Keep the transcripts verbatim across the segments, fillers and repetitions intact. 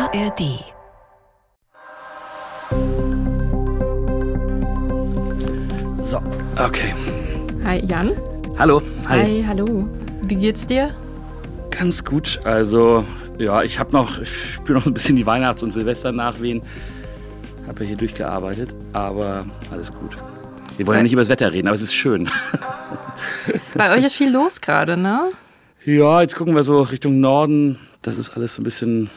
A R D. So, okay. Hi Jan. Hallo. Hi. Hi, hallo. Wie geht's dir? Ganz gut. Also, ja, ich habe noch, ich spüre noch ein bisschen die Weihnachts- und Silvester-Nachwehen. Habe ja hier durchgearbeitet, aber alles gut. Wir wollen ja nicht über das Wetter reden, aber es ist schön. Bei euch ist viel los gerade, ne? Ja, jetzt gucken wir so Richtung Norden. Das ist alles so ein bisschen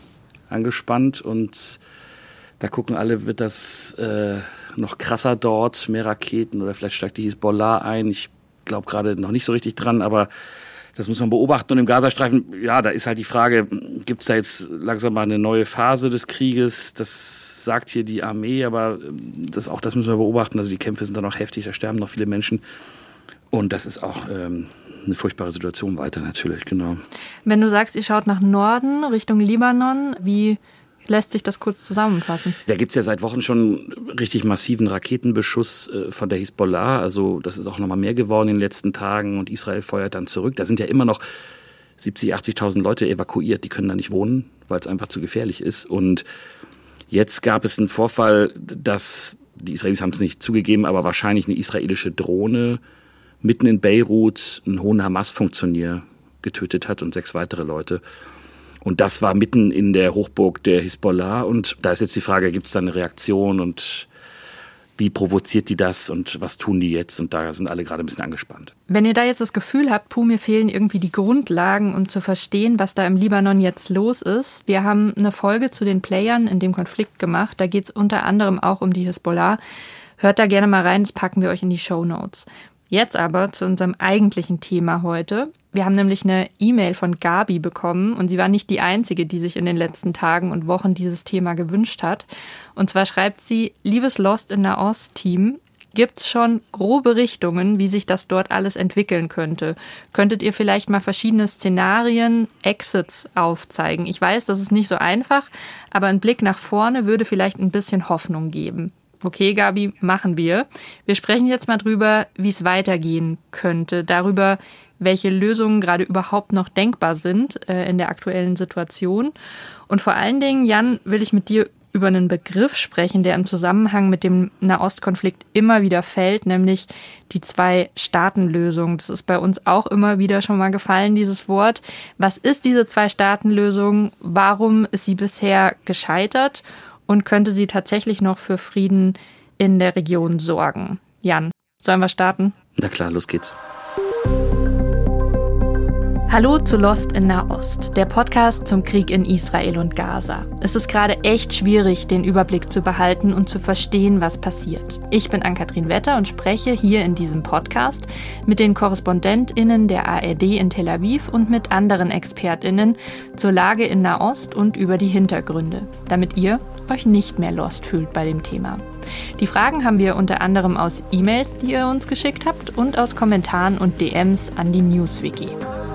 angespannt und da gucken alle, wird das äh, noch krasser dort, mehr Raketen oder vielleicht steigt die Hisbollah ein. Ich glaube gerade noch nicht so richtig dran, aber das muss man beobachten. Und im Gazastreifen, ja, da ist halt die Frage, gibt es da jetzt langsam mal eine neue Phase des Krieges? Das sagt hier die Armee, aber das, auch das müssen wir beobachten. Also die Kämpfe sind da noch heftig, da sterben noch viele Menschen. Und das ist auch ähm, eine furchtbare Situation weiter natürlich, genau. Wenn du sagst, ihr schaut nach Norden, Richtung Libanon, wie lässt sich das kurz zusammenfassen? Da gibt es ja seit Wochen schon richtig massiven Raketenbeschuss äh, von der Hisbollah. Also das ist auch noch mal mehr geworden in den letzten Tagen und Israel feuert dann zurück. Da sind ja immer noch siebzig, achtzigtausend Leute evakuiert, die können da nicht wohnen, weil es einfach zu gefährlich ist. Und jetzt gab es einen Vorfall, dass, die Israelis haben es nicht zugegeben, aber wahrscheinlich eine israelische Drohne mitten in Beirut einen hohen Hamas-Funktionär getötet hat und sechs weitere Leute. Und das war mitten in der Hochburg der Hisbollah. Und da ist jetzt die Frage, gibt es da eine Reaktion und wie provoziert die das und was tun die jetzt? Und da sind alle gerade ein bisschen angespannt. Wenn ihr da jetzt das Gefühl habt, puh, mir fehlen irgendwie die Grundlagen, um zu verstehen, was da im Libanon jetzt los ist. Wir haben eine Folge zu den Playern in dem Konflikt gemacht. Da geht es unter anderem auch um die Hisbollah. Hört da gerne mal rein, das packen wir euch in die Shownotes. Jetzt aber zu unserem eigentlichen Thema heute. Wir haben nämlich eine E-Mail von Gabi bekommen und sie war nicht die Einzige, die sich in den letzten Tagen und Wochen dieses Thema gewünscht hat. Und zwar schreibt sie, liebes Lost in Nahost-Team, gibt's schon grobe Richtungen, wie sich das dort alles entwickeln könnte? Könntet ihr vielleicht mal verschiedene Szenarien, Exits aufzeigen? Ich weiß, das ist nicht so einfach, aber ein Blick nach vorne würde vielleicht ein bisschen Hoffnung geben. Okay, Gabi, machen wir. Wir sprechen jetzt mal drüber, wie es weitergehen könnte, darüber, welche Lösungen gerade überhaupt noch denkbar sind äh, in der aktuellen Situation. Und vor allen Dingen, Jan, will ich mit dir über einen Begriff sprechen, der im Zusammenhang mit dem Nahostkonflikt immer wieder fällt, nämlich die Zwei-Staaten-Lösung. Das ist bei uns auch immer wieder schon mal gefallen, dieses Wort. Was ist diese Zwei-Staaten-Lösung? Warum ist sie bisher gescheitert? Und könnte sie tatsächlich noch für Frieden in der Region sorgen? Jan, sollen wir starten? Na klar, los geht's. Hallo zu Lost in Nahost, der Podcast zum Krieg in Israel und Gaza. Es ist gerade echt schwierig, den Überblick zu behalten und zu verstehen, was passiert. Ich bin Ann-Kathrin Wetter und spreche hier in diesem Podcast mit den KorrespondentInnen der A R D in Tel Aviv und mit anderen ExpertInnen zur Lage in Nahost und über die Hintergründe, damit ihr euch nicht mehr lost fühlt bei dem Thema. Die Fragen haben wir unter anderem aus E-Mails, die ihr uns geschickt habt, und aus Kommentaren und D Ms an die Newswiki.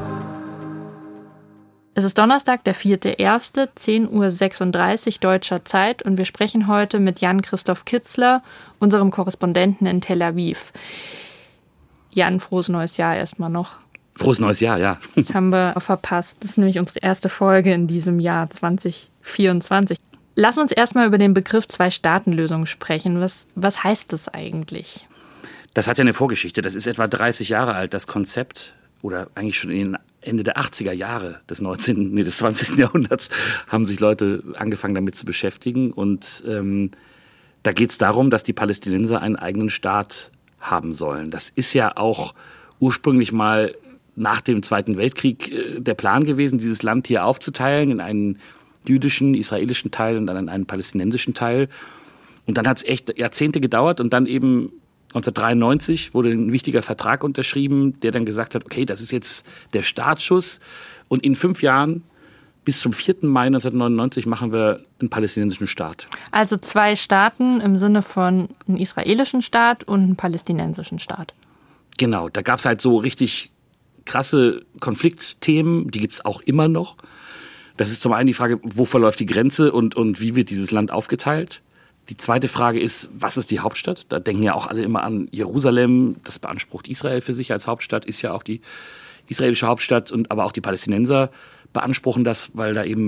Es ist Donnerstag, der vierte erste, zehn Uhr sechsunddreißig deutscher Zeit, und wir sprechen heute mit Jan-Christoph Kitzler, unserem Korrespondenten in Tel Aviv. Jan, frohes neues Jahr erstmal noch. Frohes neues Jahr, ja. Das haben wir verpasst. Das ist nämlich unsere erste Folge in diesem Jahr zwanzig vierundzwanzig. Lass uns erstmal über den Begriff Zwei-Staaten-Lösung sprechen. Was, was heißt das eigentlich? Das hat ja eine Vorgeschichte. Das ist etwa dreißig Jahre alt, das Konzept. Oder eigentlich schon in den Ende der achtziger Jahre des neunzehnten, nee, des zwanzigsten Jahrhunderts haben sich Leute angefangen damit zu beschäftigen. Und ähm, da geht es darum, dass die Palästinenser einen eigenen Staat haben sollen. Das ist ja auch ursprünglich mal nach dem Zweiten Weltkrieg äh, der Plan gewesen, dieses Land hier aufzuteilen in einen jüdischen, israelischen Teil und dann in einen palästinensischen Teil. Und dann hat es echt Jahrzehnte gedauert und dann eben neunzehnhundertdreiundneunzig wurde ein wichtiger Vertrag unterschrieben, der dann gesagt hat, okay, das ist jetzt der Startschuss und in fünf Jahren, bis zum vierten Mai neunzehnhundertneunundneunzig, machen wir einen palästinensischen Staat. Also zwei Staaten im Sinne von einem israelischen Staat und einem palästinensischen Staat. Genau, da gab es halt so richtig krasse Konfliktthemen, die gibt es auch immer noch. Das ist zum einen die Frage, wo verläuft die Grenze und, und wie wird dieses Land aufgeteilt? Die zweite Frage ist, was ist die Hauptstadt? Da denken ja auch alle immer an Jerusalem. Das beansprucht Israel für sich als Hauptstadt, ist ja auch die israelische Hauptstadt. Und aber auch die Palästinenser beanspruchen das, weil da eben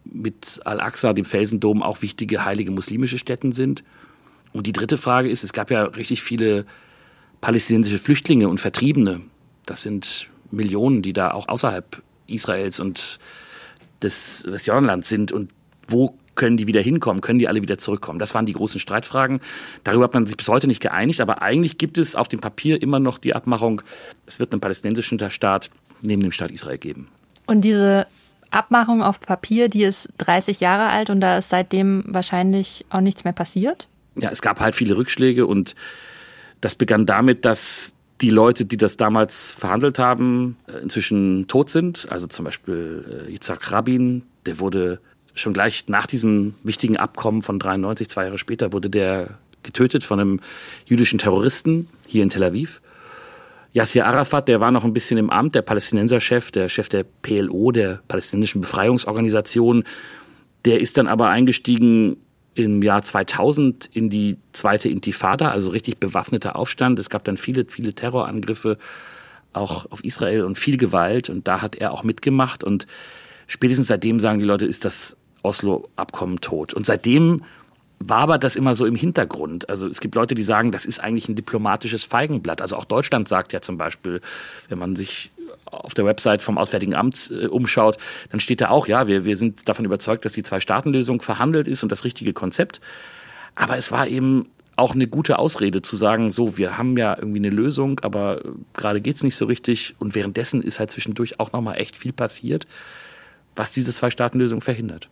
mit Al-Aqsa, dem Felsendom, auch wichtige heilige muslimische Stätten sind. Und die dritte Frage ist, es gab ja richtig viele palästinensische Flüchtlinge und Vertriebene. Das sind Millionen, die da auch außerhalb Israels und des Westjordanlands sind. Und wo können die wieder hinkommen? Können die alle wieder zurückkommen? Das waren die großen Streitfragen. Darüber hat man sich bis heute nicht geeinigt. Aber eigentlich gibt es auf dem Papier immer noch die Abmachung, es wird einen palästinensischen Staat neben dem Staat Israel geben. Und diese Abmachung auf Papier, die ist dreißig Jahre alt und da ist seitdem wahrscheinlich auch nichts mehr passiert? Ja, es gab halt viele Rückschläge und das begann damit, dass die Leute, die das damals verhandelt haben, inzwischen tot sind. Also zum Beispiel Yitzhak Rabin, der wurde schon gleich nach diesem wichtigen Abkommen von dreiundneunzig, zwei Jahre später, wurde der getötet von einem jüdischen Terroristen hier in Tel Aviv. Yasser Arafat, der war noch ein bisschen im Amt, der Palästinenser-Chef, der Chef der P L O, der palästinensischen Befreiungsorganisation. Der ist dann aber eingestiegen im Jahr zweitausend in die zweite Intifada, also richtig bewaffneter Aufstand. Es gab dann viele, viele Terrorangriffe auch auf Israel und viel Gewalt. Und da hat er auch mitgemacht. Und spätestens seitdem sagen die Leute, ist das Oslo-Abkommen tot. Und seitdem war aber das immer so im Hintergrund. Also es gibt Leute, die sagen, das ist eigentlich ein diplomatisches Feigenblatt. Also auch Deutschland sagt ja zum Beispiel, wenn man sich auf der Website vom Auswärtigen Amt äh, umschaut, dann steht da auch, ja, wir, wir sind davon überzeugt, dass die Zwei-Staaten-Lösung verhandelt ist und das richtige Konzept. Aber es war eben auch eine gute Ausrede zu sagen, so, wir haben ja irgendwie eine Lösung, aber gerade geht's nicht so richtig. Und währenddessen ist halt zwischendurch auch nochmal echt viel passiert, was diese Zwei-Staaten-Lösung verhindert.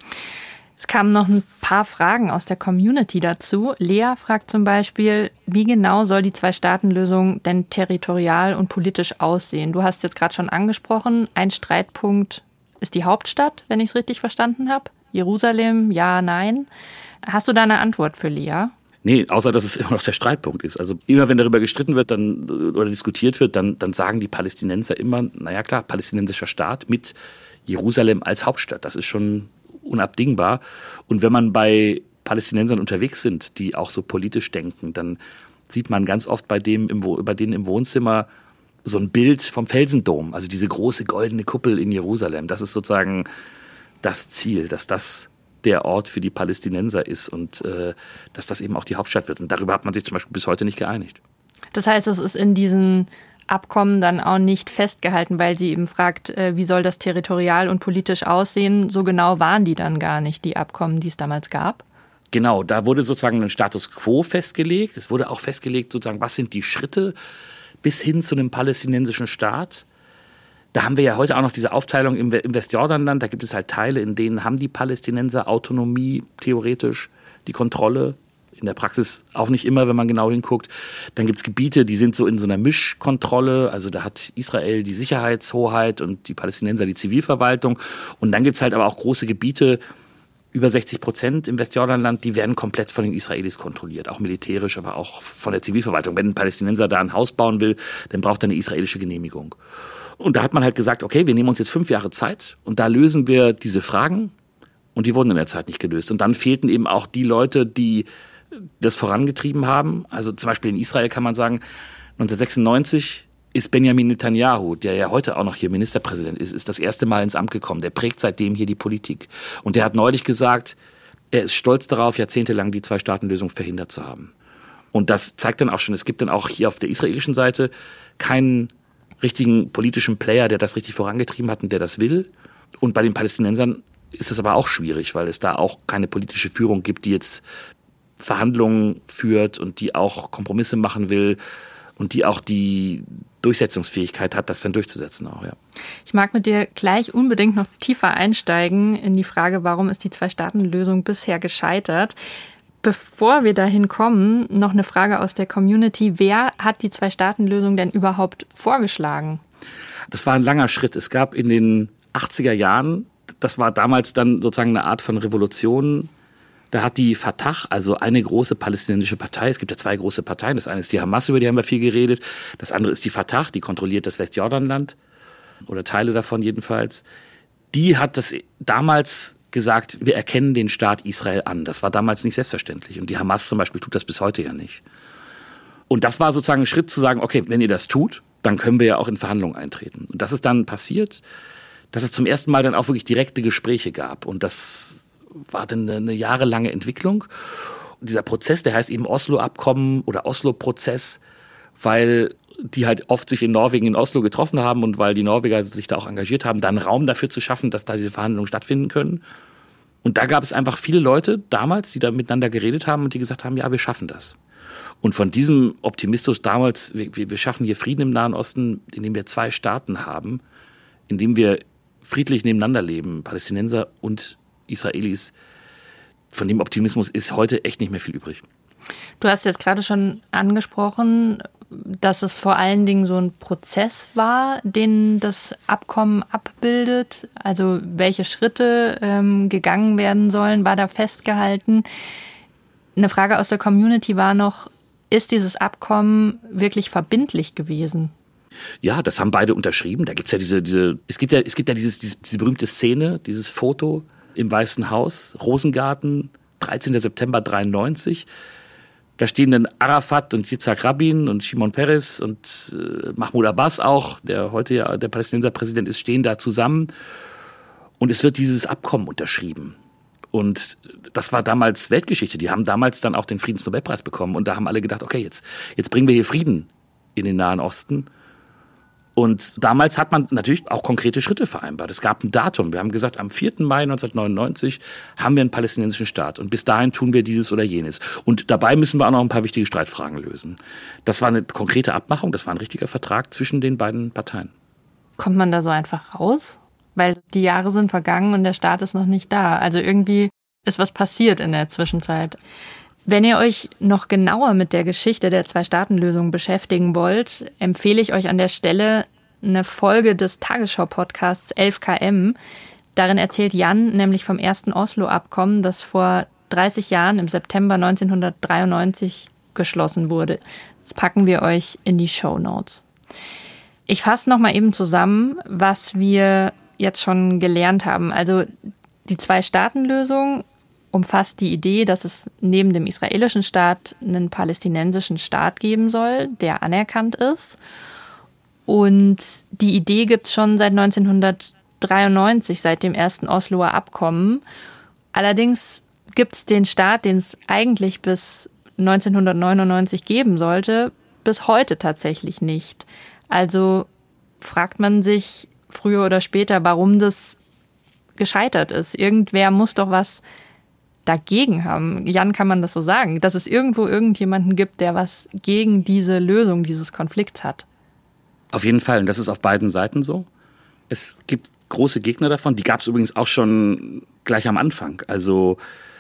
Es kamen noch ein paar Fragen aus der Community dazu. Lea fragt zum Beispiel, wie genau soll die Zwei-Staaten-Lösung denn territorial und politisch aussehen? Du hast jetzt gerade schon angesprochen, ein Streitpunkt ist die Hauptstadt, wenn ich es richtig verstanden habe. Jerusalem, ja, nein. Hast du da eine Antwort für Lea? Nee, außer dass es immer noch der Streitpunkt ist. Also immer wenn darüber gestritten wird dann, oder diskutiert wird, dann, dann sagen die Palästinenser immer, naja klar, palästinensischer Staat mit Jerusalem als Hauptstadt. Das ist schon unabdingbar. Und wenn man bei Palästinensern unterwegs sind, die auch so politisch denken, dann sieht man ganz oft bei dem im, bei denen im Wohnzimmer so ein Bild vom Felsendom, also diese große goldene Kuppel in Jerusalem. Das ist sozusagen das Ziel, dass das der Ort für die Palästinenser ist und äh, dass das eben auch die Hauptstadt wird. Und darüber hat man sich zum Beispiel bis heute nicht geeinigt. Das heißt, es ist in diesen Abkommen dann auch nicht festgehalten, weil sie eben fragt, wie soll das territorial und politisch aussehen. So genau waren die dann gar nicht, die Abkommen, die es damals gab. Genau, da wurde sozusagen ein Status quo festgelegt. Es wurde auch festgelegt, sozusagen, was sind die Schritte bis hin zu einem palästinensischen Staat. Da haben wir ja heute auch noch diese Aufteilung im Westjordanland. Da gibt es halt Teile, in denen haben die Palästinenser Autonomie, theoretisch die Kontrolle. In der Praxis auch nicht immer, wenn man genau hinguckt. Dann gibt es Gebiete, die sind so in so einer Mischkontrolle. Also da hat Israel die Sicherheitshoheit und die Palästinenser die Zivilverwaltung. Und dann gibt es halt aber auch große Gebiete, über sechzig Prozent im Westjordanland, die werden komplett von den Israelis kontrolliert. Auch militärisch, aber auch von der Zivilverwaltung. Wenn ein Palästinenser da ein Haus bauen will, dann braucht er eine israelische Genehmigung. Und da hat man halt gesagt, okay, wir nehmen uns jetzt fünf Jahre Zeit und da lösen wir diese Fragen. Und die wurden in der Zeit nicht gelöst. Und dann fehlten eben auch die Leute, die das vorangetrieben haben. Also zum Beispiel in Israel kann man sagen, neunzehnhundertsechsundneunzig ist Benjamin Netanyahu, der ja heute auch noch hier Ministerpräsident ist, ist das erste Mal ins Amt gekommen. Der prägt seitdem hier die Politik. Und der hat neulich gesagt, er ist stolz darauf, jahrzehntelang die Zwei-Staaten-Lösung verhindert zu haben. Und das zeigt dann auch schon, es gibt dann auch hier auf der israelischen Seite keinen richtigen politischen Player, der das richtig vorangetrieben hat und der das will. Und bei den Palästinensern ist es aber auch schwierig, weil es da auch keine politische Führung gibt, die jetzt Verhandlungen führt und die auch Kompromisse machen will und die auch die Durchsetzungsfähigkeit hat, das dann durchzusetzen auch, ja. Ich mag mit dir gleich unbedingt noch tiefer einsteigen in die Frage, warum ist die Zwei-Staaten-Lösung bisher gescheitert? Bevor wir dahin kommen, noch eine Frage aus der Community. Wer hat die Zwei-Staaten-Lösung denn überhaupt vorgeschlagen? Das war ein langer Schritt. Es gab in den achtziger Jahren, das war damals dann sozusagen eine Art von Revolution. Da hat die Fatah, also eine große palästinensische Partei, es gibt ja zwei große Parteien, das eine ist die Hamas, über die haben wir viel geredet, das andere ist die Fatah, die kontrolliert das Westjordanland oder Teile davon jedenfalls. Die hat das damals gesagt, wir erkennen den Staat Israel an. Das war damals nicht selbstverständlich und die Hamas zum Beispiel tut das bis heute ja nicht. Und das war sozusagen ein Schritt zu sagen, okay, wenn ihr das tut, dann können wir ja auch in Verhandlungen eintreten. Und das ist dann passiert. dass es zum ersten Mal dann auch wirklich direkte Gespräche gab. Und das war dann eine, eine jahrelange Entwicklung. Und dieser Prozess, der heißt eben Oslo-Abkommen oder Oslo-Prozess, weil die halt oft sich in Norwegen in Oslo getroffen haben und weil die Norweger sich da auch engagiert haben, da einen Raum dafür zu schaffen, dass da diese Verhandlungen stattfinden können. Und da gab es einfach viele Leute damals, die da miteinander geredet haben und die gesagt haben, ja, wir schaffen das. Und von diesem Optimismus damals, wir, wir schaffen hier Frieden im Nahen Osten, indem wir zwei Staaten haben, indem wir friedlich nebeneinander leben, Palästinenser und Israelis, von dem Optimismus ist heute echt nicht mehr viel übrig. Du hast jetzt gerade schon angesprochen, dass es vor allen Dingen so ein Prozess war, den das Abkommen abbildet. Also welche Schritte ähm, gegangen werden sollen, war da festgehalten. Eine Frage aus der Community war noch, ist dieses Abkommen wirklich verbindlich gewesen? Ja, das haben beide unterschrieben. Da gibt's ja diese, diese, es gibt ja, es gibt ja dieses, diese, diese berühmte Szene, dieses Foto im Weißen Haus, Rosengarten, dreizehnten September dreiundneunzig. Da stehen dann Arafat und Yitzhak Rabin und Shimon Peres und äh, Mahmoud Abbas auch, der heute ja der Palästinenser-Präsident ist, stehen da zusammen. Und es wird dieses Abkommen unterschrieben. Und das war damals Weltgeschichte. Die haben damals dann auch den Friedensnobelpreis bekommen. Und da haben alle gedacht, okay, jetzt, jetzt bringen wir hier Frieden in den Nahen Osten. Und damals hat man natürlich auch konkrete Schritte vereinbart. Es gab ein Datum. Wir haben gesagt, am vierten Mai neunzehnhundertneunundneunzig haben wir einen palästinensischen Staat. Und bis dahin tun wir dieses oder jenes. Und dabei müssen wir auch noch ein paar wichtige Streitfragen lösen. Das war eine konkrete Abmachung. Das war ein richtiger Vertrag zwischen den beiden Parteien. Kommt man da so einfach raus? Weil die Jahre sind vergangen und der Staat ist noch nicht da. Also irgendwie ist was passiert in der Zwischenzeit. Wenn ihr euch noch genauer mit der Geschichte der Zwei-Staaten-Lösung beschäftigen wollt, empfehle ich euch an der Stelle eine Folge des Tagesschau-Podcasts elf K M. Darin erzählt Jan nämlich vom ersten Oslo-Abkommen, das vor dreißig Jahren im September neunzehnhundertdreiundneunzig geschlossen wurde. Das packen wir euch in die Shownotes. Ich fasse noch mal eben zusammen, was wir jetzt schon gelernt haben. Also die Zwei-Staaten-Lösung umfasst die Idee, dass es neben dem israelischen Staat einen palästinensischen Staat geben soll, der anerkannt ist. Und die Idee gibt es schon seit neunzehnhundertdreiundneunzig, seit dem ersten Osloer Abkommen. Allerdings gibt es den Staat, den es eigentlich bis neunzehnhundertneunundneunzig geben sollte, bis heute tatsächlich nicht. Also fragt man sich früher oder später, warum das gescheitert ist. Irgendwer muss doch was dagegen haben. Jan, kann man das so sagen, dass es irgendwo irgendjemanden gibt, der was gegen diese Lösung dieses Konflikts hat? Auf jeden Fall. Und das ist auf beiden Seiten so. Es gibt große Gegner davon. Die gab es übrigens auch schon gleich am Anfang. Also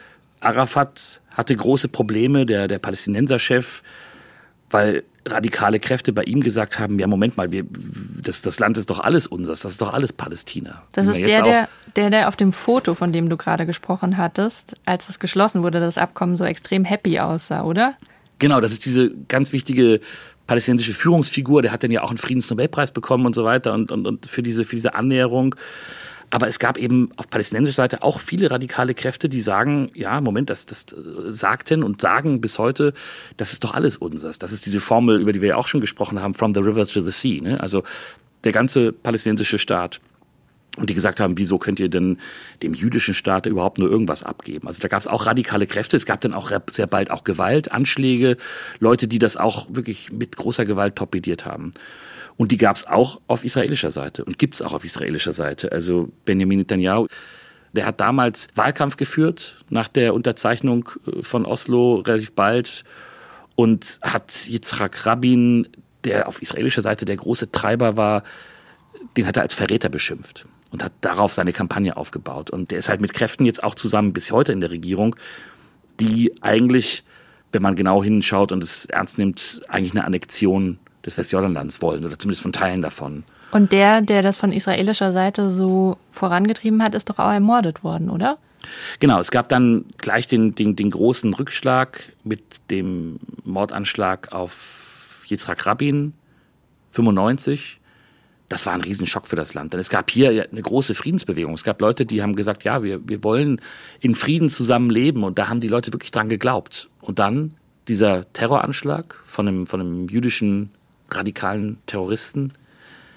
Arafat hatte große Probleme, der, der Palästinenser-Chef, weil radikale Kräfte bei ihm gesagt haben, ja, Moment mal, wir, das, das Land ist doch alles unseres, das ist doch alles Palästina. Das ist der, der, der, der auf dem Foto, von dem du gerade gesprochen hattest, als es geschlossen wurde, das Abkommen so extrem happy aussah, oder? Genau, das ist diese ganz wichtige palästinensische Führungsfigur, der hat dann ja auch einen Friedensnobelpreis bekommen und so weiter und, und, und für diese, für diese Annäherung. Aber es gab eben auf palästinensischer Seite auch viele radikale Kräfte, die sagen, ja, Moment, das, das sagten und sagen bis heute, das ist doch alles unseres. Das ist diese Formel, über die wir ja auch schon gesprochen haben, from the river to the sea. Ne? Also der ganze palästinensische Staat. Und die gesagt haben, wieso könnt ihr denn dem jüdischen Staat überhaupt nur irgendwas abgeben? Also da gab es auch radikale Kräfte. Es gab dann auch sehr bald auch Gewalt, Anschläge, Leute, die das auch wirklich mit großer Gewalt torpediert haben. Und die gab es auch auf israelischer Seite und gibt es auch auf israelischer Seite. Also Benjamin Netanyahu, der hat damals Wahlkampf geführt nach der Unterzeichnung von Oslo relativ bald und hat Yitzhak Rabin, der auf israelischer Seite der große Treiber war, den hat er als Verräter beschimpft und hat darauf seine Kampagne aufgebaut. Und der ist halt mit Kräften jetzt auch zusammen bis heute in der Regierung, die eigentlich, wenn man genau hinschaut und es ernst nimmt, eigentlich eine Annexion des Westjordanlands wollen oder zumindest von Teilen davon. Und der, der das von israelischer Seite so vorangetrieben hat, ist doch auch ermordet worden, oder? Genau, es gab dann gleich den, den, den großen Rückschlag mit dem Mordanschlag auf Yitzhak Rabin, fünfundneunzig. Das war ein Riesenschock für das Land. Denn es gab hier eine große Friedensbewegung. Es gab Leute, die haben gesagt, ja, wir, wir wollen in Frieden zusammen leben. Und da haben die Leute wirklich dran geglaubt. Und dann dieser Terroranschlag von einem, von einem jüdischen radikalen Terroristen,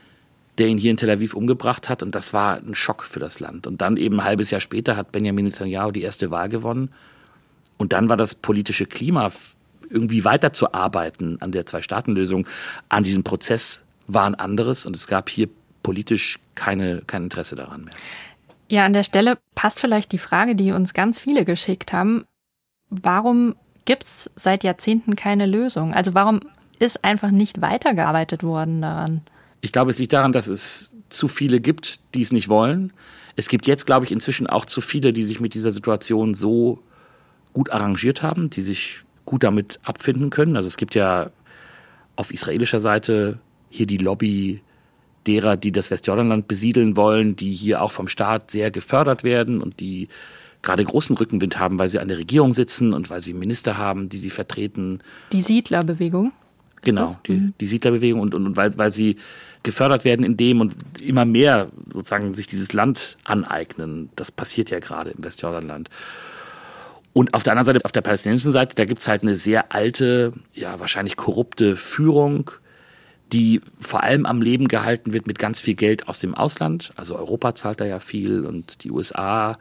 der ihn hier in Tel Aviv umgebracht hat. Und das war ein Schock für das Land. Und dann eben ein halbes Jahr später hat Benjamin Netanyahu die erste Wahl gewonnen. Und dann war das politische Klima, irgendwie weiterzuarbeiten an der Zwei-Staaten-Lösung, an diesem Prozess, war ein anderes. Und es gab hier politisch keine, kein Interesse daran mehr. Ja, an der Stelle passt vielleicht die Frage, die uns ganz viele geschickt haben. Warum gibt es seit Jahrzehnten keine Lösung? Also warum ist einfach nicht weitergearbeitet worden daran? Ich glaube, es liegt daran, dass es zu viele gibt, die es nicht wollen. Es gibt jetzt, glaube ich, inzwischen auch zu viele, die sich mit dieser Situation so gut arrangiert haben, die sich gut damit abfinden können. Also es gibt ja auf israelischer Seite hier die Lobby derer, die das Westjordanland besiedeln wollen, die hier auch vom Staat sehr gefördert werden und die gerade großen Rückenwind haben, weil sie an der Regierung sitzen und weil sie Minister haben, die sie vertreten. Die Siedlerbewegung? Genau, die, die Siedlerbewegung und, und, und weil, weil sie gefördert werden in dem und immer mehr sozusagen sich dieses Land aneignen. Das passiert ja gerade im Westjordanland. Und auf der anderen Seite, auf der palästinensischen Seite, da gibt es halt eine sehr alte, ja wahrscheinlich korrupte Führung, die vor allem am Leben gehalten wird mit ganz viel Geld aus dem Ausland. Also Europa zahlt da ja viel und die U S A.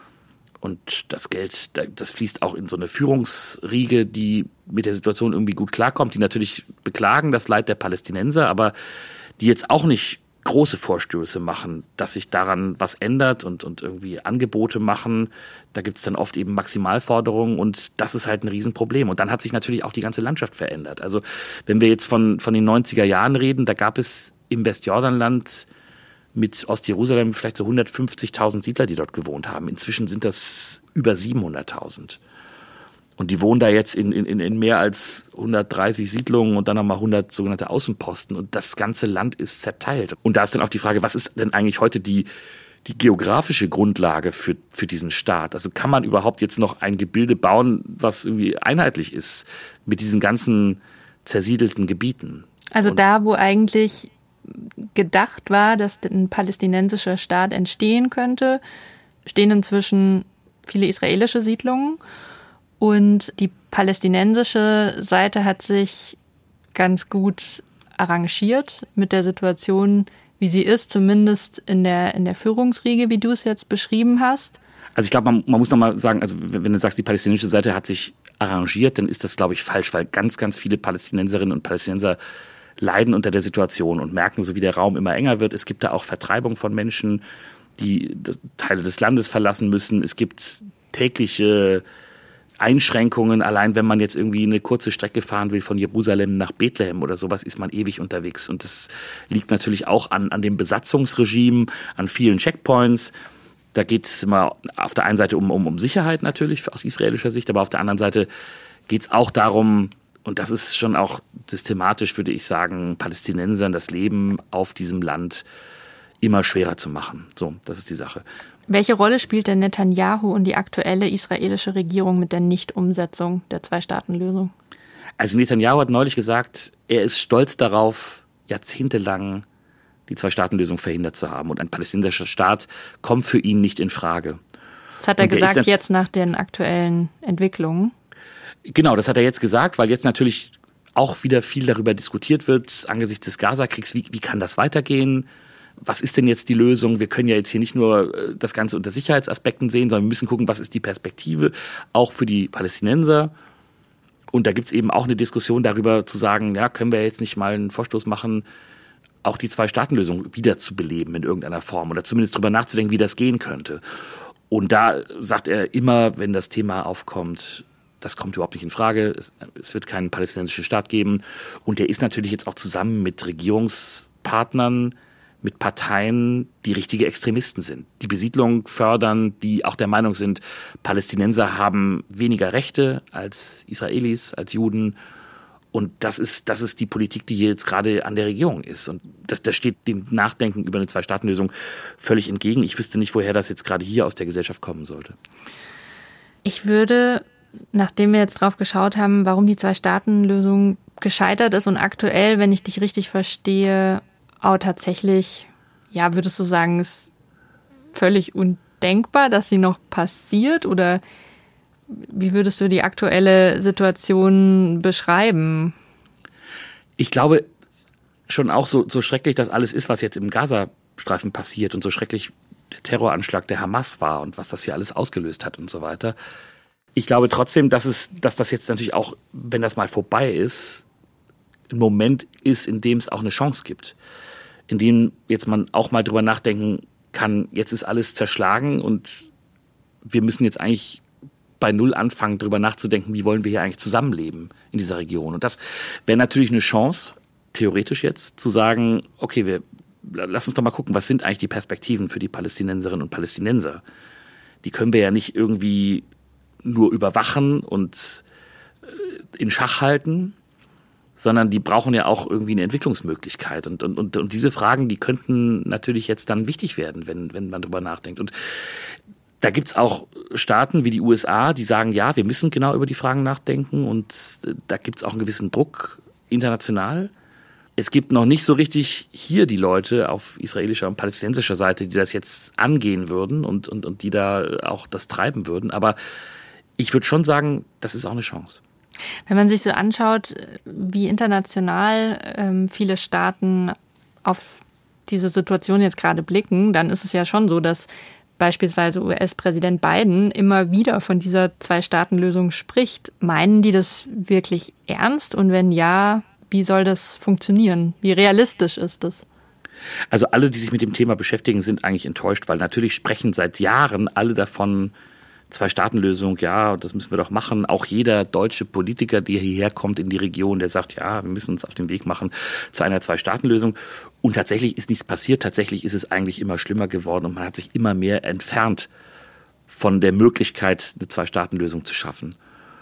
Und das Geld, das fließt auch in so eine Führungsriege, die mit der Situation irgendwie gut klarkommt, die natürlich beklagen das Leid der Palästinenser, aber die jetzt auch nicht große Vorstöße machen, dass sich daran was ändert und, und irgendwie Angebote machen. Da gibt es dann oft eben Maximalforderungen und das ist halt ein Riesenproblem. Und dann hat sich natürlich auch die ganze Landschaft verändert. Also wenn wir jetzt von, von den neunziger Jahren reden, da gab es im Westjordanland mit Ostjerusalem vielleicht so hundertfünfzigtausend Siedler, die dort gewohnt haben. Inzwischen sind das über siebenhunderttausend. Und die wohnen da jetzt in, in, in mehr als hundertdreißig Siedlungen und dann nochmal hundert sogenannte Außenposten. Und das ganze Land ist zerteilt. Und da ist dann auch die Frage, was ist denn eigentlich heute die, die geografische Grundlage für, für diesen Staat? Also kann man überhaupt jetzt noch ein Gebilde bauen, was irgendwie einheitlich ist mit diesen ganzen zersiedelten Gebieten? Also Und da, wo eigentlich gedacht war, dass ein palästinensischer Staat entstehen könnte, stehen inzwischen viele israelische Siedlungen. Und die palästinensische Seite hat sich ganz gut arrangiert mit der Situation, wie sie ist, zumindest in der, in der Führungsriege, wie du es jetzt beschrieben hast. Also ich glaube, man, man muss nochmal sagen, also wenn du sagst, die palästinensische Seite hat sich arrangiert, dann ist das, glaube ich, falsch, weil ganz, ganz viele Palästinenserinnen und Palästinenser leiden unter der Situation und merken, so wie der Raum immer enger wird. Es gibt da auch Vertreibung von Menschen, die Teile des Landes verlassen müssen. Es gibt tägliche Einschränkungen. Allein wenn man jetzt irgendwie eine kurze Strecke fahren will von Jerusalem nach Bethlehem oder sowas, ist man ewig unterwegs. Und das liegt natürlich auch an, an dem Besatzungsregime, an vielen Checkpoints. Da geht es immer auf der einen Seite um, um, um Sicherheit natürlich aus israelischer Sicht, aber auf der anderen Seite geht es auch darum, und das ist schon auch systematisch, würde ich sagen, Palästinensern das Leben auf diesem Land immer schwerer zu machen. So, das ist die Sache. Welche Rolle spielt denn Netanyahu und die aktuelle israelische Regierung mit der Nichtumsetzung der Zwei-Staaten-Lösung? Also Netanyahu hat neulich gesagt, er ist stolz darauf, jahrzehntelang die Zwei-Staaten-Lösung verhindert zu haben. Und ein palästinensischer Staat kommt für ihn nicht in Frage. Das hat er gesagt jetzt nach den aktuellen Entwicklungen. Genau, das hat er jetzt gesagt, weil jetzt natürlich auch wieder viel darüber diskutiert wird, angesichts des Gaza-Kriegs, wie, wie kann das weitergehen? Was ist denn jetzt die Lösung? Wir können ja jetzt hier nicht nur das Ganze unter Sicherheitsaspekten sehen, sondern wir müssen gucken, was ist die Perspektive, auch für die Palästinenser. Und da gibt es eben auch eine Diskussion darüber zu sagen, ja, können wir jetzt nicht mal einen Vorstoß machen, auch die Zwei-Staaten-Lösung wiederzubeleben in irgendeiner Form oder zumindest darüber nachzudenken, wie das gehen könnte. Und da sagt er immer, wenn das Thema aufkommt, das kommt überhaupt nicht in Frage. Es, es wird keinen palästinensischen Staat geben. Und der ist natürlich jetzt auch zusammen mit Regierungspartnern, mit Parteien, die richtige Extremisten sind. Die Besiedlung fördern, die auch der Meinung sind, Palästinenser haben weniger Rechte als Israelis, als Juden. Und das ist, das ist die Politik, die hier jetzt gerade an der Regierung ist. Und das, das steht dem Nachdenken über eine Zwei-Staaten-Lösung völlig entgegen. Ich wüsste nicht, woher das jetzt gerade hier aus der Gesellschaft kommen sollte. Ich würde, nachdem wir jetzt drauf geschaut haben, warum die Zwei-Staaten-Lösung gescheitert ist und aktuell, wenn ich dich richtig verstehe, auch tatsächlich, ja, würdest du sagen, ist völlig undenkbar, dass sie noch passiert? Oder wie würdest du die aktuelle Situation beschreiben? Ich glaube, schon auch so, so schrecklich das alles ist, was jetzt im Gazastreifen passiert und so schrecklich der Terroranschlag der Hamas war und was das hier alles ausgelöst hat und so weiter. Ich glaube trotzdem, dass es, dass das jetzt natürlich auch, wenn das mal vorbei ist, ein Moment ist, in dem es auch eine Chance gibt. In dem jetzt man auch mal drüber nachdenken kann, jetzt ist alles zerschlagen und wir müssen jetzt eigentlich bei Null anfangen, drüber nachzudenken, wie wollen wir hier eigentlich zusammenleben in dieser Region. Und das wäre natürlich eine Chance, theoretisch jetzt, zu sagen, okay, wir lass uns doch mal gucken, was sind eigentlich die Perspektiven für die Palästinenserinnen und Palästinenser. Die können wir ja nicht irgendwie nur überwachen und in Schach halten, sondern die brauchen ja auch irgendwie eine Entwicklungsmöglichkeit. Und, und, und, und diese Fragen, die könnten natürlich jetzt dann wichtig werden, wenn, wenn man drüber nachdenkt. Und da gibt's auch Staaten wie die U S A, die sagen, ja, wir müssen genau über die Fragen nachdenken. Und da gibt's auch einen gewissen Druck international. Es gibt noch nicht so richtig hier die Leute auf israelischer und palästinensischer Seite, die das jetzt angehen würden und, und, und die da auch das treiben würden. Aber ich würde schon sagen, das ist auch eine Chance. Wenn man sich so anschaut, wie international ähm, viele Staaten auf diese Situation jetzt gerade blicken, dann ist es ja schon so, dass beispielsweise U S-Präsident Biden immer wieder von dieser Zwei-Staaten-Lösung spricht. Meinen die das wirklich ernst? Und wenn ja, wie soll das funktionieren? Wie realistisch ist das? Also alle, die sich mit dem Thema beschäftigen, sind eigentlich enttäuscht, weil natürlich sprechen seit Jahren alle davon, Zwei-Staaten-Lösung, ja, das müssen wir doch machen. Auch jeder deutsche Politiker, der hierher kommt in die Region, der sagt, ja, wir müssen uns auf den Weg machen zu einer Zwei-Staaten-Lösung. Und tatsächlich ist nichts passiert. Tatsächlich ist es eigentlich immer schlimmer geworden und man hat sich immer mehr entfernt von der Möglichkeit, eine Zwei-Staaten-Lösung zu schaffen.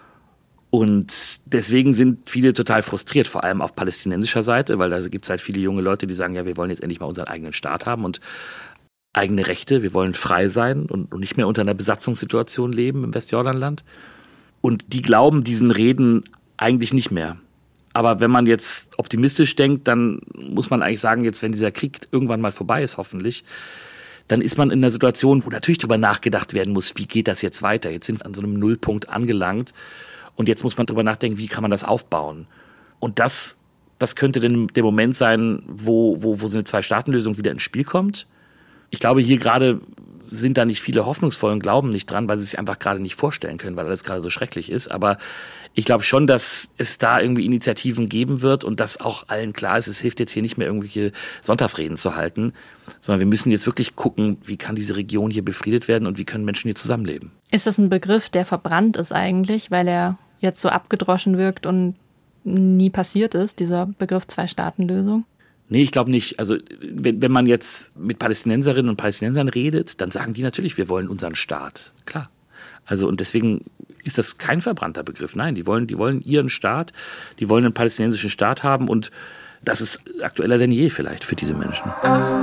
Und deswegen sind viele total frustriert, vor allem auf palästinensischer Seite, weil da gibt es halt viele junge Leute, die sagen, ja, wir wollen jetzt endlich mal unseren eigenen Staat haben und eigene Rechte, wir wollen frei sein und nicht mehr unter einer Besatzungssituation leben im Westjordanland. Und die glauben diesen Reden eigentlich nicht mehr. Aber wenn man jetzt optimistisch denkt, dann muss man eigentlich sagen, jetzt wenn dieser Krieg irgendwann mal vorbei ist, hoffentlich, dann ist man in einer Situation, wo natürlich darüber nachgedacht werden muss, wie geht das jetzt weiter? Jetzt sind wir an so einem Nullpunkt angelangt und jetzt muss man darüber nachdenken, wie kann man das aufbauen? Und das, das könnte denn der Moment sein, wo, wo, wo so eine Zwei-Staaten-Lösung wieder ins Spiel kommt. Ich glaube, hier gerade sind da nicht viele hoffnungsvoll und glauben nicht dran, weil sie sich einfach gerade nicht vorstellen können, weil alles gerade so schrecklich ist. Aber ich glaube schon, dass es da irgendwie Initiativen geben wird und dass auch allen klar ist, es hilft jetzt hier nicht mehr irgendwelche Sonntagsreden zu halten, sondern wir müssen jetzt wirklich gucken, wie kann diese Region hier befriedet werden und wie können Menschen hier zusammenleben. Ist das ein Begriff, der verbrannt ist eigentlich, weil er jetzt so abgedroschen wirkt und nie passiert ist, dieser Begriff Zwei-Staaten-Lösung? Nee, ich glaube nicht. Also wenn, wenn man jetzt mit Palästinenserinnen und Palästinensern redet, dann sagen die natürlich, wir wollen unseren Staat. Klar. Also und deswegen ist das kein verbrannter Begriff. Nein, die wollen, die wollen ihren Staat, die wollen einen palästinensischen Staat haben und das ist aktueller denn je vielleicht für diese Menschen.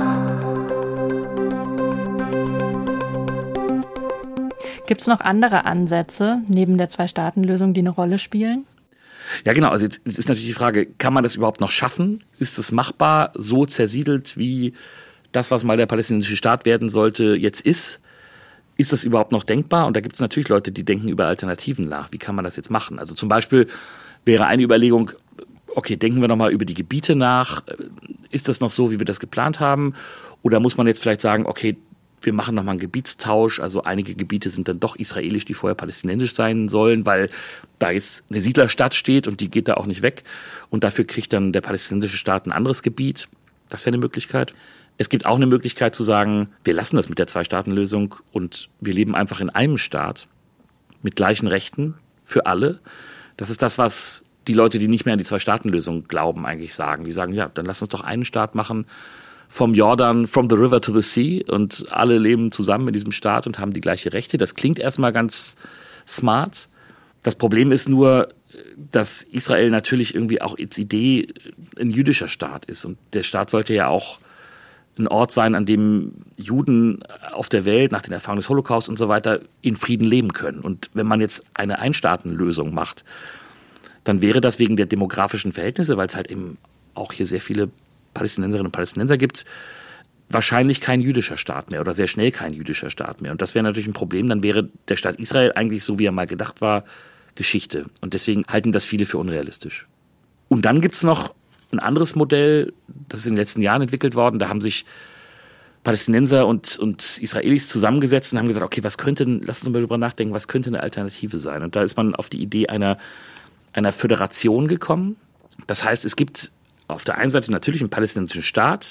Gibt es noch andere Ansätze neben der Zwei-Staaten-Lösung, die eine Rolle spielen? Ja, genau. Also jetzt, jetzt ist natürlich die Frage, kann man das überhaupt noch schaffen? Ist es machbar, so zersiedelt, wie das, was mal der palästinensische Staat werden sollte, jetzt ist? Ist das überhaupt noch denkbar? Und da gibt es natürlich Leute, die denken über Alternativen nach. Wie kann man das jetzt machen? Also zum Beispiel wäre eine Überlegung, okay, denken wir nochmal über die Gebiete nach. Ist das noch so, wie wir das geplant haben? Oder muss man jetzt vielleicht sagen, okay, wir machen nochmal einen Gebietstausch, also einige Gebiete sind dann doch israelisch, die vorher palästinensisch sein sollen, weil da jetzt eine Siedlerstadt steht und die geht da auch nicht weg und dafür kriegt dann der palästinensische Staat ein anderes Gebiet. Das wäre eine Möglichkeit. Es gibt auch eine Möglichkeit zu sagen, wir lassen das mit der Zwei-Staaten-Lösung und wir leben einfach in einem Staat mit gleichen Rechten für alle. Das ist das, was die Leute, die nicht mehr an die Zwei-Staaten-Lösung glauben, eigentlich sagen. Die sagen, ja, dann lass uns doch einen Staat machen, vom Jordan, from the river to the sea und alle leben zusammen in diesem Staat und haben die gleichen Rechte. Das klingt erstmal ganz smart. Das Problem ist nur, dass Israel natürlich irgendwie auch als Idee ein jüdischer Staat ist und der Staat sollte ja auch ein Ort sein, an dem Juden auf der Welt nach den Erfahrungen des Holocaust und so weiter in Frieden leben können. Und wenn man jetzt eine Einstaatenlösung macht, dann wäre das wegen der demografischen Verhältnisse, weil es halt eben auch hier sehr viele Palästinenserinnen und Palästinenser gibt, wahrscheinlich kein jüdischer Staat mehr oder sehr schnell kein jüdischer Staat mehr. Und das wäre natürlich ein Problem. Dann wäre der Staat Israel eigentlich so, wie er mal gedacht war, Geschichte. Und deswegen halten das viele für unrealistisch. Und dann gibt es noch ein anderes Modell, das ist in den letzten Jahren entwickelt worden. Da haben sich Palästinenser und, und Israelis zusammengesetzt und haben gesagt, okay, was könnte, lass uns mal darüber nachdenken, was könnte eine Alternative sein? Und da ist man auf die Idee einer, einer Föderation gekommen. Das heißt, es gibt auf der einen Seite natürlich einen palästinensischen Staat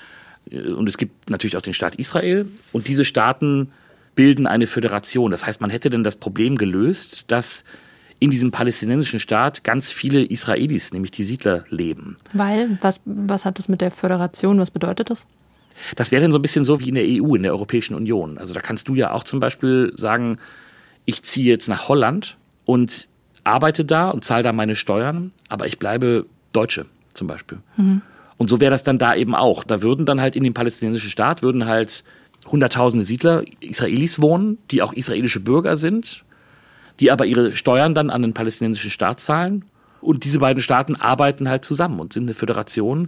und es gibt natürlich auch den Staat Israel. Und diese Staaten bilden eine Föderation. Das heißt, man hätte dann das Problem gelöst, dass in diesem palästinensischen Staat ganz viele Israelis, nämlich die Siedler, leben. Weil, was, was hat das mit der Föderation, was bedeutet das? Das wäre dann so ein bisschen so wie in der E U, in der Europäischen Union. Also da kannst du ja auch zum Beispiel sagen, ich ziehe jetzt nach Holland und arbeite da und zahle da meine Steuern, aber ich bleibe Deutsche zum Beispiel. Mhm. Und so wäre das dann da eben auch. Da würden dann halt in dem palästinensischen Staat würden halt hunderttausende Siedler, Israelis wohnen, die auch israelische Bürger sind, die aber ihre Steuern dann an den palästinensischen Staat zahlen. Und diese beiden Staaten arbeiten halt zusammen und sind eine Föderation.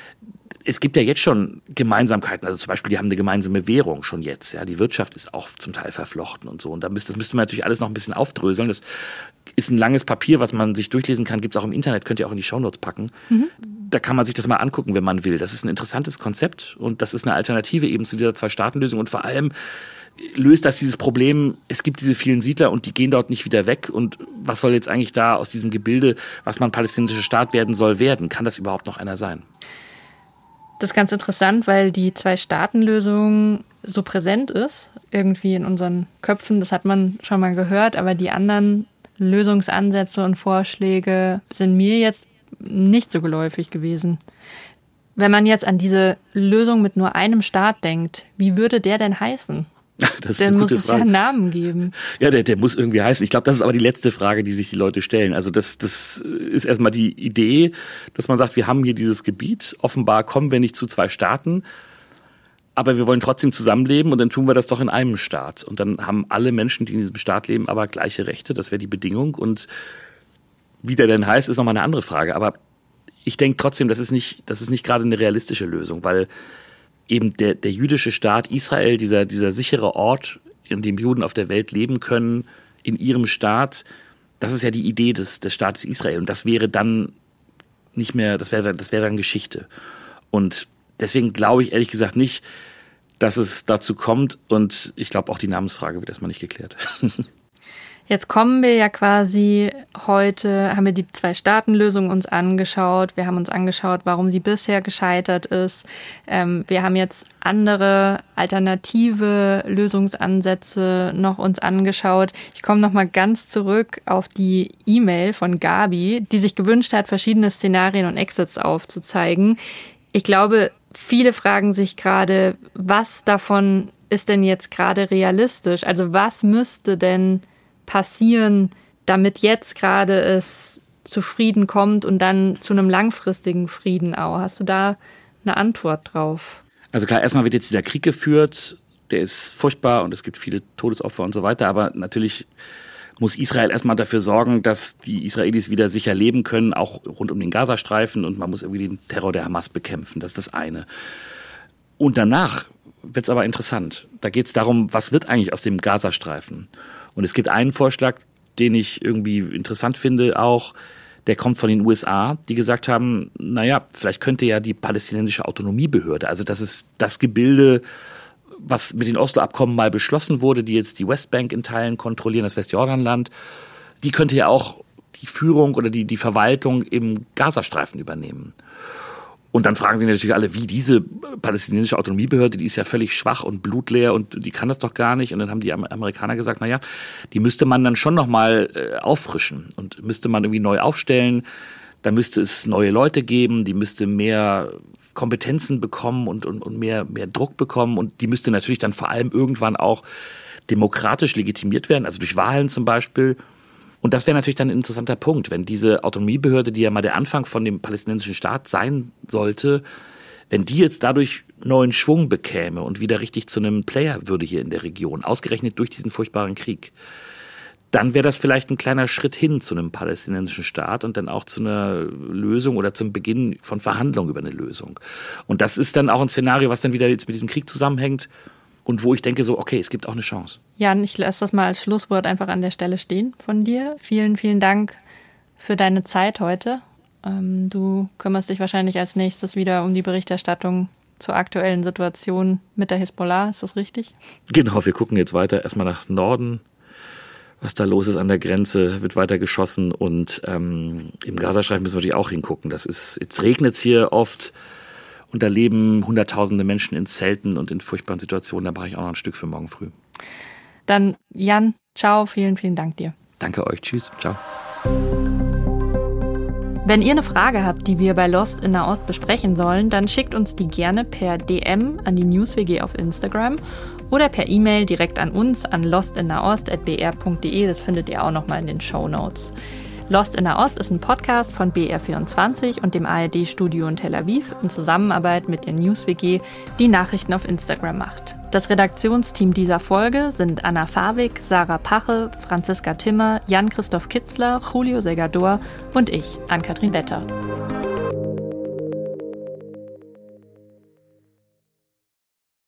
Es gibt ja jetzt schon Gemeinsamkeiten, also zum Beispiel, die haben eine gemeinsame Währung schon jetzt. Ja, die Wirtschaft ist auch zum Teil verflochten und so. Und da müsste, das müsste man natürlich alles noch ein bisschen aufdröseln. Das ist ein langes Papier, was man sich durchlesen kann, gibt es auch im Internet, könnt ihr auch in die Shownotes packen. Mhm. Da kann man sich das mal angucken, wenn man will. Das ist ein interessantes Konzept und das ist eine Alternative eben zu dieser Zwei-Staaten-Lösung. Und vor allem löst das dieses Problem, es gibt diese vielen Siedler und die gehen dort nicht wieder weg. Und was soll jetzt eigentlich da aus diesem Gebilde, was man palästinensischer Staat werden soll, werden? Kann das überhaupt noch einer sein? Das ist ganz interessant, weil die Zwei-Staaten-Lösung so präsent ist, irgendwie in unseren Köpfen. Das hat man schon mal gehört, aber die anderen Lösungsansätze und Vorschläge sind mir jetzt nicht so geläufig gewesen. Wenn man jetzt an diese Lösung mit nur einem Staat denkt, wie würde der denn heißen? Das ist Dann eine muss gute es Frage. ja einen Namen geben. Ja, der, der muss irgendwie heißen. Ich glaube, das ist aber die letzte Frage, die sich die Leute stellen. Also das, das ist erstmal die Idee, dass man sagt, wir haben hier dieses Gebiet. Offenbar kommen wir nicht zu zwei Staaten, aber wir wollen trotzdem zusammenleben und dann tun wir das doch in einem Staat. Und dann haben alle Menschen, die in diesem Staat leben, aber gleiche Rechte. Das wäre die Bedingung. Und wie der denn heißt, ist nochmal eine andere Frage. Aber ich denke trotzdem, das ist nicht, das ist nicht gerade eine realistische Lösung, weil eben der, der jüdische Staat Israel, dieser, dieser sichere Ort, in dem Juden auf der Welt leben können, in ihrem Staat, das ist ja die Idee des, des Staates Israel. Und das wäre dann nicht mehr, das wäre, das wäre dann Geschichte. Und deswegen glaube ich ehrlich gesagt nicht, dass es dazu kommt. Und ich glaube, auch die Namensfrage wird erstmal nicht geklärt. Jetzt kommen wir ja quasi heute, haben wir die Zwei-Staaten-Lösung uns angeschaut. Wir haben uns angeschaut, warum sie bisher gescheitert ist. Ähm, wir haben jetzt andere alternative Lösungsansätze noch uns angeschaut. Ich komme noch mal ganz zurück auf die E-Mail von Gabi, die sich gewünscht hat, verschiedene Szenarien und Exits aufzuzeigen. Ich glaube, viele fragen sich gerade, was davon ist denn jetzt gerade realistisch? Also was müsste denn passieren, damit jetzt gerade es zu Frieden kommt und dann zu einem langfristigen Frieden auch? Hast du da eine Antwort drauf? Also klar, erstmal wird jetzt dieser Krieg geführt, der ist furchtbar und es gibt viele Todesopfer und so weiter, aber natürlich muss Israel erstmal dafür sorgen, dass die Israelis wieder sicher leben können, auch rund um den Gazastreifen, und man muss irgendwie den Terror der Hamas bekämpfen, das ist das eine. Und danach wird es aber interessant. Da geht es darum, was wird eigentlich aus dem Gazastreifen? Und es gibt einen Vorschlag, den ich irgendwie interessant finde auch, der kommt von den U S A, die gesagt haben, naja, vielleicht könnte ja die palästinensische Autonomiebehörde, also das ist das Gebilde, was mit den Oslo-Abkommen mal beschlossen wurde, die jetzt die Westbank in Teilen kontrollieren, das Westjordanland, die könnte ja auch die Führung oder die, die Verwaltung im Gazastreifen übernehmen. Und dann fragen sich natürlich alle, wie diese palästinensische Autonomiebehörde, die ist ja völlig schwach und blutleer und die kann das doch gar nicht. Und dann haben die Amerikaner gesagt, naja, die müsste man dann schon nochmal äh, auffrischen und müsste man irgendwie neu aufstellen. Da müsste es neue Leute geben, die müsste mehr Kompetenzen bekommen und, und, und mehr, mehr Druck bekommen. Und die müsste natürlich dann vor allem irgendwann auch demokratisch legitimiert werden, also durch Wahlen zum Beispiel. Und das wäre natürlich dann ein interessanter Punkt, wenn diese Autonomiebehörde, die ja mal der Anfang von dem palästinensischen Staat sein sollte, wenn die jetzt dadurch neuen Schwung bekäme und wieder richtig zu einem Player würde hier in der Region, ausgerechnet durch diesen furchtbaren Krieg, dann wäre das vielleicht ein kleiner Schritt hin zu einem palästinensischen Staat und dann auch zu einer Lösung oder zum Beginn von Verhandlungen über eine Lösung. Und das ist dann auch ein Szenario, was dann wieder jetzt mit diesem Krieg zusammenhängt. Und wo ich denke so, okay, es gibt auch eine Chance. Jan, ich lasse das mal als Schlusswort einfach an der Stelle stehen von dir. Vielen, vielen Dank für deine Zeit heute. Ähm, du kümmerst dich wahrscheinlich als nächstes wieder um die Berichterstattung zur aktuellen Situation mit der Hisbollah, ist das richtig? Genau, wir gucken jetzt weiter erstmal nach Norden. Was da los ist an der Grenze, wird weiter geschossen und ähm, im Gazastreifen müssen wir natürlich auch hingucken. Das ist, jetzt regnet es hier oft und da leben hunderttausende Menschen in Zelten und in furchtbaren Situationen. Da mache ich auch noch ein Stück für morgen früh. Dann Jan, ciao, vielen, vielen Dank dir. Danke euch, tschüss, ciao. Wenn ihr eine Frage habt, die wir bei Lost in Nahost besprechen sollen, dann schickt uns die gerne per D M an die NewsWG auf Instagram oder per E-Mail direkt an uns an lostinnahost at b r punkt d e. Das findet ihr auch nochmal in den Shownotes. Lost in Nahost ist ein Podcast von B R vierundzwanzig und dem A R D-Studio in Tel Aviv in Zusammenarbeit mit der NewsWG, die Nachrichten auf Instagram macht. Das Redaktionsteam dieser Folge sind Anna Fawig, Sarah Pache, Franziska Timmer, Jan-Christoph Kitzler, Julio Segador und ich, Ann-Kathrin Wetter.